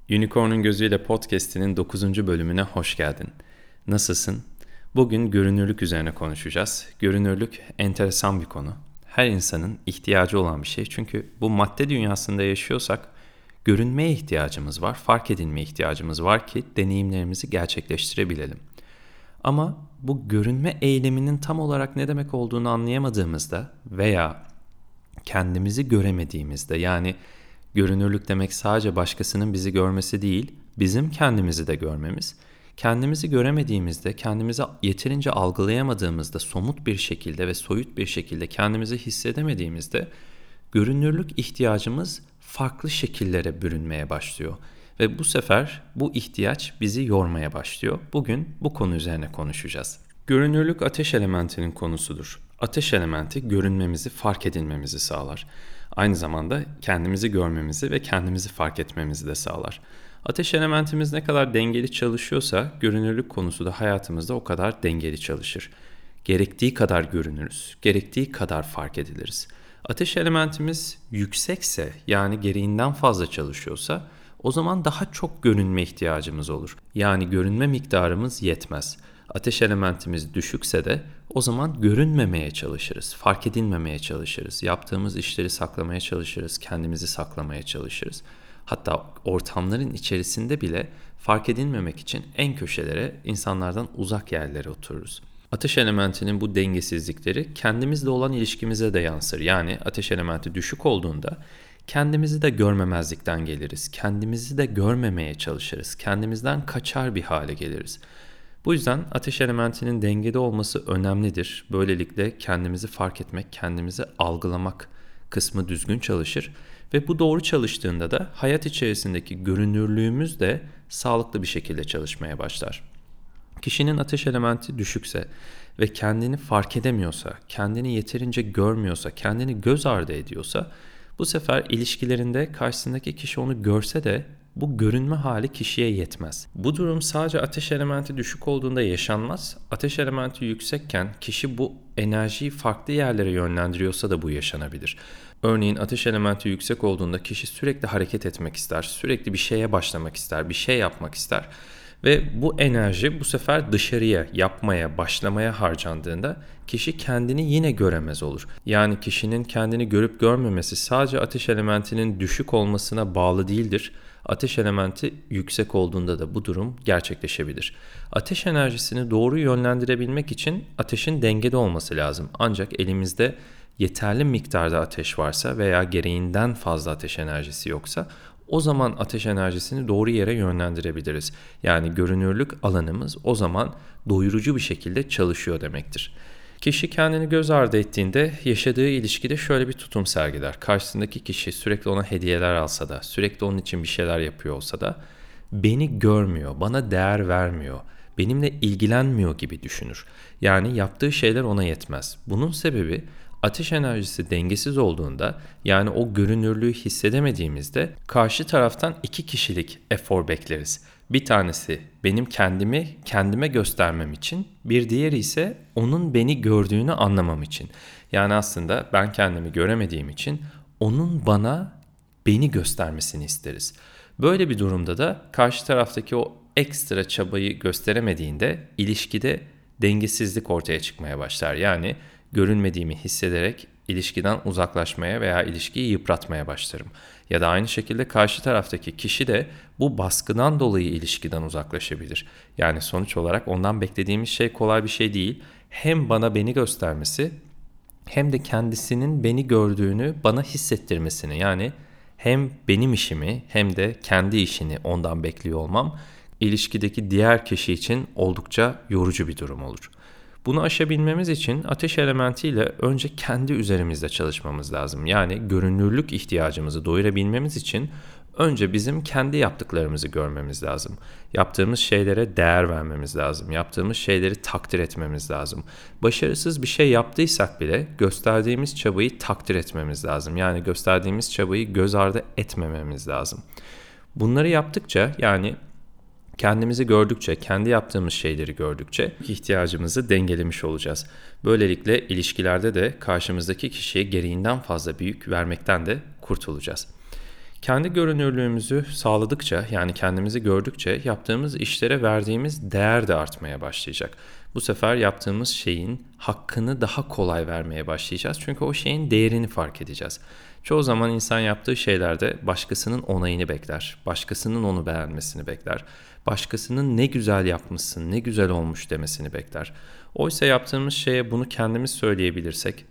Unicorn'un Gözüyle Podcast'inin 9. bölümüne hoş geldin. Nasılsın? Bugün görünürlük üzerine konuşacağız. Görünürlük enteresan bir konu. Her insanın ihtiyacı olan bir şey. Çünkü bu madde dünyasında yaşıyorsak görünmeye ihtiyacımız var, fark edilmeye ihtiyacımız var ki deneyimlerimizi gerçekleştirebilelim. Ama bu görünme eyleminin tam olarak ne demek olduğunu anlayamadığımızda veya kendimizi göremediğimizde, yani görünürlük demek sadece başkasının bizi görmesi değil, bizim kendimizi de görmemiz. Kendimizi göremediğimizde, kendimizi yeterince algılayamadığımızda, somut bir şekilde ve soyut bir şekilde kendimizi hissedemediğimizde görünürlük ihtiyacımız farklı şekillere bürünmeye başlıyor. Ve bu sefer bu ihtiyaç bizi yormaya başlıyor. Bugün bu konu üzerine konuşacağız. Görünürlük ateş elementinin konusudur. Ateş elementi görünmemizi, fark edilmemizi sağlar. Aynı zamanda kendimizi görmemizi ve kendimizi fark etmemizi de sağlar. Ateş elementimiz ne kadar dengeli çalışıyorsa görünürlük konusu da hayatımızda o kadar dengeli çalışır. Gerektiği kadar görünürüz, gerektiği kadar fark ediliriz. Ateş elementimiz yüksekse, yani gereğinden fazla çalışıyorsa o zaman daha çok görünme ihtiyacımız olur. Yani görünme miktarımız yetmez. Ateş elementimiz düşükse de o zaman görünmemeye çalışırız, fark edilmemeye çalışırız. Yaptığımız işleri saklamaya çalışırız, kendimizi saklamaya çalışırız. Hatta ortamların içerisinde bile fark edilmemek için en köşelere, insanlardan uzak yerlere otururuz. Ateş elementinin bu dengesizlikleri kendimizle olan ilişkimize de yansır. Yani ateş elementi düşük olduğunda kendimizi de görmemezlikten geliriz. Kendimizi de görmemeye çalışırız. Kendimizden kaçar bir hale geliriz. Bu yüzden ateş elementinin dengede olması önemlidir. Böylelikle kendimizi fark etmek, kendimizi algılamak kısmı düzgün çalışır. Ve bu doğru çalıştığında da hayat içerisindeki görünürlüğümüz de sağlıklı bir şekilde çalışmaya başlar. Kişinin ateş elementi düşükse ve kendini fark edemiyorsa, kendini yeterince görmüyorsa, kendini göz ardı ediyorsa bu sefer ilişkilerinde karşısındaki kişi onu görse de bu görünme hali kişiye yetmez. Bu durum sadece ateş elementi düşük olduğunda yaşanmaz. Ateş elementi yüksekken kişi bu enerjiyi farklı yerlere yönlendiriyorsa da bu yaşanabilir. Örneğin ateş elementi yüksek olduğunda kişi sürekli hareket etmek ister, sürekli bir şeye başlamak ister, bir şey yapmak ister. Ve bu enerji bu sefer dışarıya, yapmaya, başlamaya harcandığında kişi kendini yine göremez olur. Yani kişinin kendini görüp görmemesi sadece ateş elementinin düşük olmasına bağlı değildir. Ateş elementi yüksek olduğunda da bu durum gerçekleşebilir. Ateş enerjisini doğru yönlendirebilmek için ateşin dengede olması lazım. Ancak elimizde yeterli miktarda ateş varsa veya gereğinden fazla ateş enerjisi yoksa o zaman ateş enerjisini doğru yere yönlendirebiliriz. Yani görünürlük alanımız o zaman doyurucu bir şekilde çalışıyor demektir. Kişi kendini göz ardı ettiğinde yaşadığı ilişkide şöyle bir tutum sergiler. Karşısındaki kişi sürekli ona hediyeler alsa da, sürekli onun için bir şeyler yapıyor olsa da beni görmüyor, bana değer vermiyor, benimle ilgilenmiyor gibi düşünür. Yani yaptığı şeyler ona yetmez. Bunun sebebi ateş enerjisi dengesiz olduğunda, yani o görünürlüğü hissedemediğimizde karşı taraftan iki kişilik efor bekleriz. Bir tanesi benim kendime göstermem için, bir diğeri ise onun beni gördüğünü anlamam için. Yani aslında ben kendimi göremediğim için onun beni göstermesini isteriz. Böyle bir durumda da karşı taraftaki o ekstra çabayı gösteremediğinde ilişkide dengesizlik ortaya çıkmaya başlar. Yani görünmediğimi hissederek ilişkiden uzaklaşmaya veya ilişkiyi yıpratmaya başlarım. Ya da aynı şekilde karşı taraftaki kişi de bu baskıdan dolayı ilişkiden uzaklaşabilir. Yani sonuç olarak ondan beklediğimiz şey kolay bir şey değil. Hem beni göstermesi hem de kendisinin beni gördüğünü bana hissettirmesini, yani hem benim işimi hem de kendi işini ondan bekliyor olmam ilişkideki diğer kişi için oldukça yorucu bir durum olur. Bunu aşabilmemiz için ateş elementiyle önce kendi üzerimizde çalışmamız lazım. Yani görünürlük ihtiyacımızı doyurabilmemiz için önce bizim kendi yaptıklarımızı görmemiz lazım. Yaptığımız şeylere değer vermemiz lazım. Yaptığımız şeyleri takdir etmemiz lazım. Başarısız bir şey yaptıysak bile gösterdiğimiz çabayı takdir etmemiz lazım. Yani gösterdiğimiz çabayı göz ardı etmememiz lazım. Bunları yaptıkça, yani kendimizi gördükçe, kendi yaptığımız şeyleri gördükçe ihtiyacımızı dengelemiş olacağız. Böylelikle ilişkilerde de karşımızdaki kişiye gereğinden fazla büyük vermekten de kurtulacağız. Kendi görünürlüğümüzü sağladıkça, yani kendimizi gördükçe yaptığımız işlere verdiğimiz değer de artmaya başlayacak. Bu sefer yaptığımız şeyin hakkını daha kolay vermeye başlayacağız. Çünkü o şeyin değerini fark edeceğiz. Çoğu zaman insan yaptığı şeylerde başkasının onayını bekler, başkasının onu beğenmesini bekler, başkasının ne güzel yapmışsın, ne güzel olmuş demesini bekler. Oysa yaptığımız şeye bunu kendimiz söyleyebilirsek,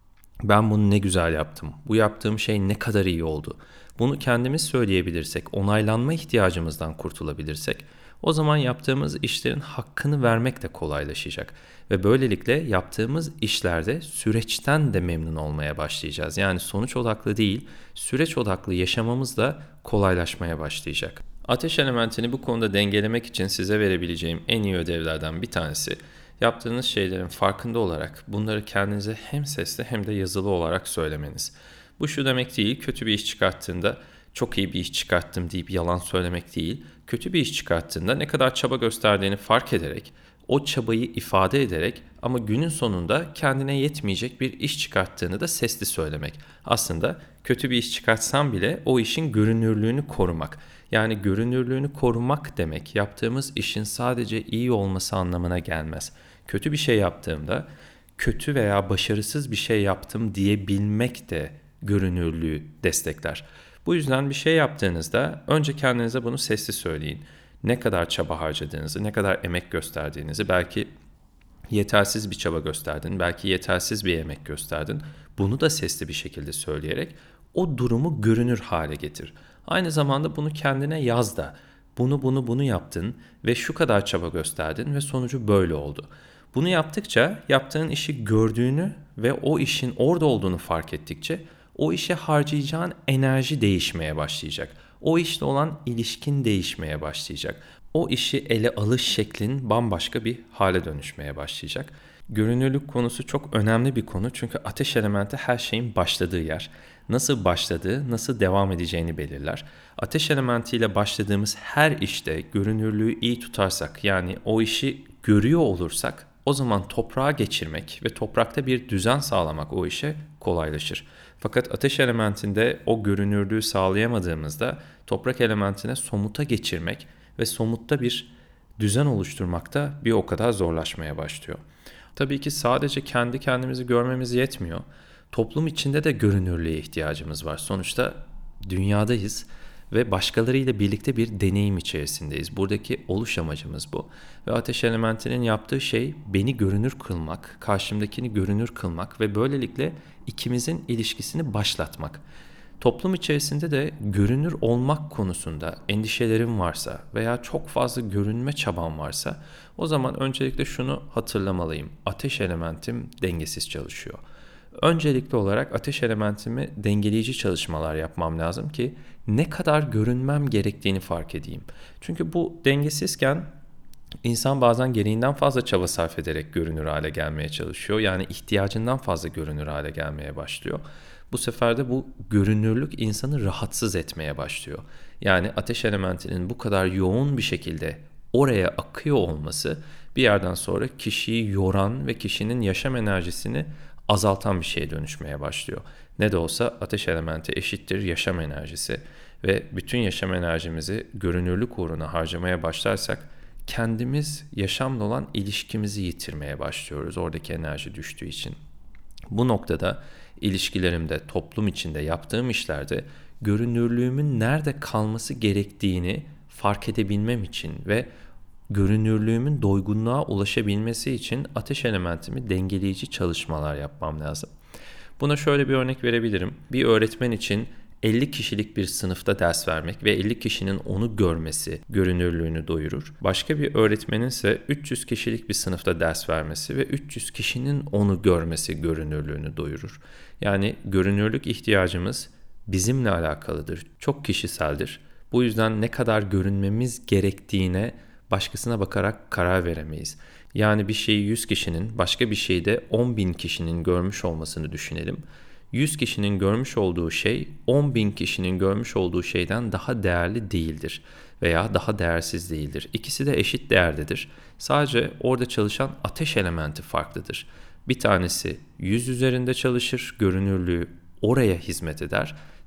ben bunu ne güzel yaptım, bu yaptığım şey ne kadar iyi oldu. Bunu kendimiz söyleyebilirsek, onaylanma ihtiyacımızdan kurtulabilirsek, o zaman yaptığımız işlerin hakkını vermek de kolaylaşacak. Ve böylelikle yaptığımız işlerde süreçten de memnun olmaya başlayacağız. Yani sonuç odaklı değil, süreç odaklı yaşamamız da kolaylaşmaya başlayacak. Ateş elementini bu konuda dengelemek için size verebileceğim en iyi ödevlerden bir tanesi, yaptığınız şeylerin farkında olarak bunları kendinize hem sesli hem de yazılı olarak söylemeniz. Bu şu demek değil, kötü bir iş çıkarttığında çok iyi bir iş çıkarttım deyip yalan söylemek değil, kötü bir iş çıkarttığında ne kadar çaba gösterdiğini fark ederek, o çabayı ifade ederek ama günün sonunda kendine yetmeyecek bir iş çıkarttığını da sesli söylemek. Aslında kötü bir iş çıkartsam bile o işin görünürlüğünü korumak. Yani görünürlüğünü korumak demek yaptığımız işin sadece iyi olması anlamına gelmez. Kötü bir şey yaptığımda kötü veya başarısız bir şey yaptım diyebilmek de görünürlüğü destekler. Bu yüzden bir şey yaptığınızda önce kendinize bunu sesli söyleyin. Ne kadar çaba harcadığınızı, ne kadar emek gösterdiğinizi, belki yetersiz bir çaba gösterdin, belki yetersiz bir emek gösterdin. Bunu da sesli bir şekilde söyleyerek o durumu görünür hale getir. Aynı zamanda bunu kendine yaz da. Bunu yaptın ve şu kadar çaba gösterdin ve sonucu böyle oldu. Bunu yaptıkça yaptığın işi gördüğünü ve o işin orada olduğunu fark ettikçe o işe harcayacağın enerji değişmeye başlayacak. O işle olan ilişkin değişmeye başlayacak. O işi ele alış şeklin bambaşka bir hale dönüşmeye başlayacak. Görünürlük konusu çok önemli bir konu çünkü ateş elementi her şeyin başladığı yer. Nasıl başladığı, nasıl devam edeceğini belirler. Ateş elementiyle başladığımız her işte görünürlüğü iyi tutarsak, yani o işi görüyor olursak, o zaman toprağa geçirmek ve toprakta bir düzen sağlamak o işe kolaylaşır. Fakat ateş elementinde o görünürlüğü sağlayamadığımızda toprak elementine somuta geçirmek ve somutta bir düzen oluşturmak da bir o kadar zorlaşmaya başlıyor. Tabii ki sadece kendi kendimizi görmemiz yetmiyor. Toplum içinde de görünürlüğe ihtiyacımız var. Sonuçta dünyadayız ve başkalarıyla birlikte bir deneyim içerisindeyiz. Buradaki oluş amacımız bu. Ve ateş elementinin yaptığı şey beni görünür kılmak, karşımdakini görünür kılmak ve böylelikle ikimizin ilişkisini başlatmak. Toplum içerisinde de görünür olmak konusunda endişelerim varsa veya çok fazla görünme çabam varsa o zaman öncelikle şunu hatırlamalıyım. Ateş elementim dengesiz çalışıyor. Öncelikli olarak ateş elementimi dengeleyici çalışmalar yapmam lazım ki ne kadar görünmem gerektiğini fark edeyim. Çünkü bu dengesizken İnsan bazen gereğinden fazla çaba sarf ederek görünür hale gelmeye çalışıyor. Yani ihtiyacından fazla görünür hale gelmeye başlıyor. Bu sefer de bu görünürlük insanı rahatsız etmeye başlıyor. Yani ateş elementinin bu kadar yoğun bir şekilde oraya akıyor olması bir yerden sonra kişiyi yoran ve kişinin yaşam enerjisini azaltan bir şeye dönüşmeye başlıyor. Ne de olsa ateş elementi eşittir yaşam enerjisi ve bütün yaşam enerjimizi görünürlük uğruna harcamaya başlarsak kendimiz yaşamla olan ilişkimizi yitirmeye başlıyoruz oradaki enerji düştüğü için. Bu noktada ilişkilerimde, toplum içinde yaptığım işlerde görünürlüğümün nerede kalması gerektiğini fark edebilmem için ve görünürlüğümün doygunluğa ulaşabilmesi için ateş elementimi dengeleyici çalışmalar yapmam lazım. Buna şöyle bir örnek verebilirim. Bir öğretmen için 50 kişilik bir sınıfta ders vermek ve 50 kişinin onu görmesi görünürlüğünü doyurur. Başka bir öğretmenin ise 300 kişilik bir sınıfta ders vermesi ve 300 kişinin onu görmesi görünürlüğünü doyurur. Yani görünürlük ihtiyacımız bizimle alakalıdır, çok kişiseldir. Bu yüzden ne kadar görünmemiz gerektiğine başkasına bakarak karar veremeyiz. Yani bir şeyi 100 kişinin, başka bir şeyi de 10.000 kişinin görmüş olmasını düşünelim. 100 kişinin görmüş olduğu şey 10.000 kişinin görmüş olduğu şeyden daha değerli değildir veya daha değersiz değildir. İkisi de eşit değerdedir. Sadece orada çalışan ateş elementi farklıdır. Bir tanesi 100 üzerinde çalışır, görünürlüğü oraya hizmet eder.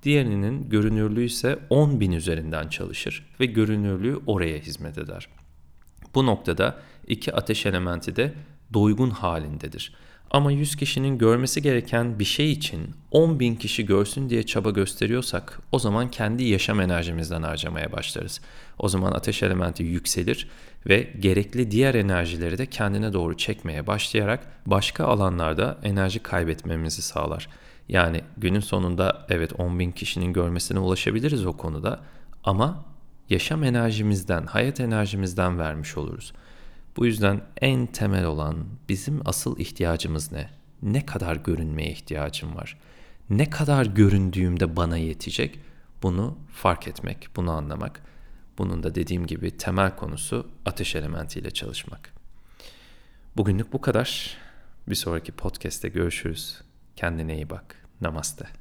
Diğerinin görünürlüğü ise 10.000 üzerinden çalışır ve görünürlüğü oraya hizmet eder. Bu noktada iki ateş elementi de doygun halindedir. Ama 100 kişinin görmesi gereken bir şey için 10.000 kişi görsün diye çaba gösteriyorsak o zaman kendi yaşam enerjimizden harcamaya başlarız. O zaman ateş elementi yükselir ve gerekli diğer enerjileri de kendine doğru çekmeye başlayarak başka alanlarda enerji kaybetmemizi sağlar. Yani günün sonunda evet 10.000 kişinin görmesine ulaşabiliriz o konuda ama yaşam enerjimizden, hayat enerjimizden vermiş oluruz. Bu yüzden en temel olan bizim asıl ihtiyacımız ne? Ne kadar görünmeye ihtiyacım var? Ne kadar göründüğümde bana yetecek? Bunu fark etmek, bunu anlamak. Bunun da dediğim gibi temel konusu ateş elementiyle çalışmak. Bugünlük bu kadar. Bir sonraki podcast'te görüşürüz. Kendine iyi bak. Namaste.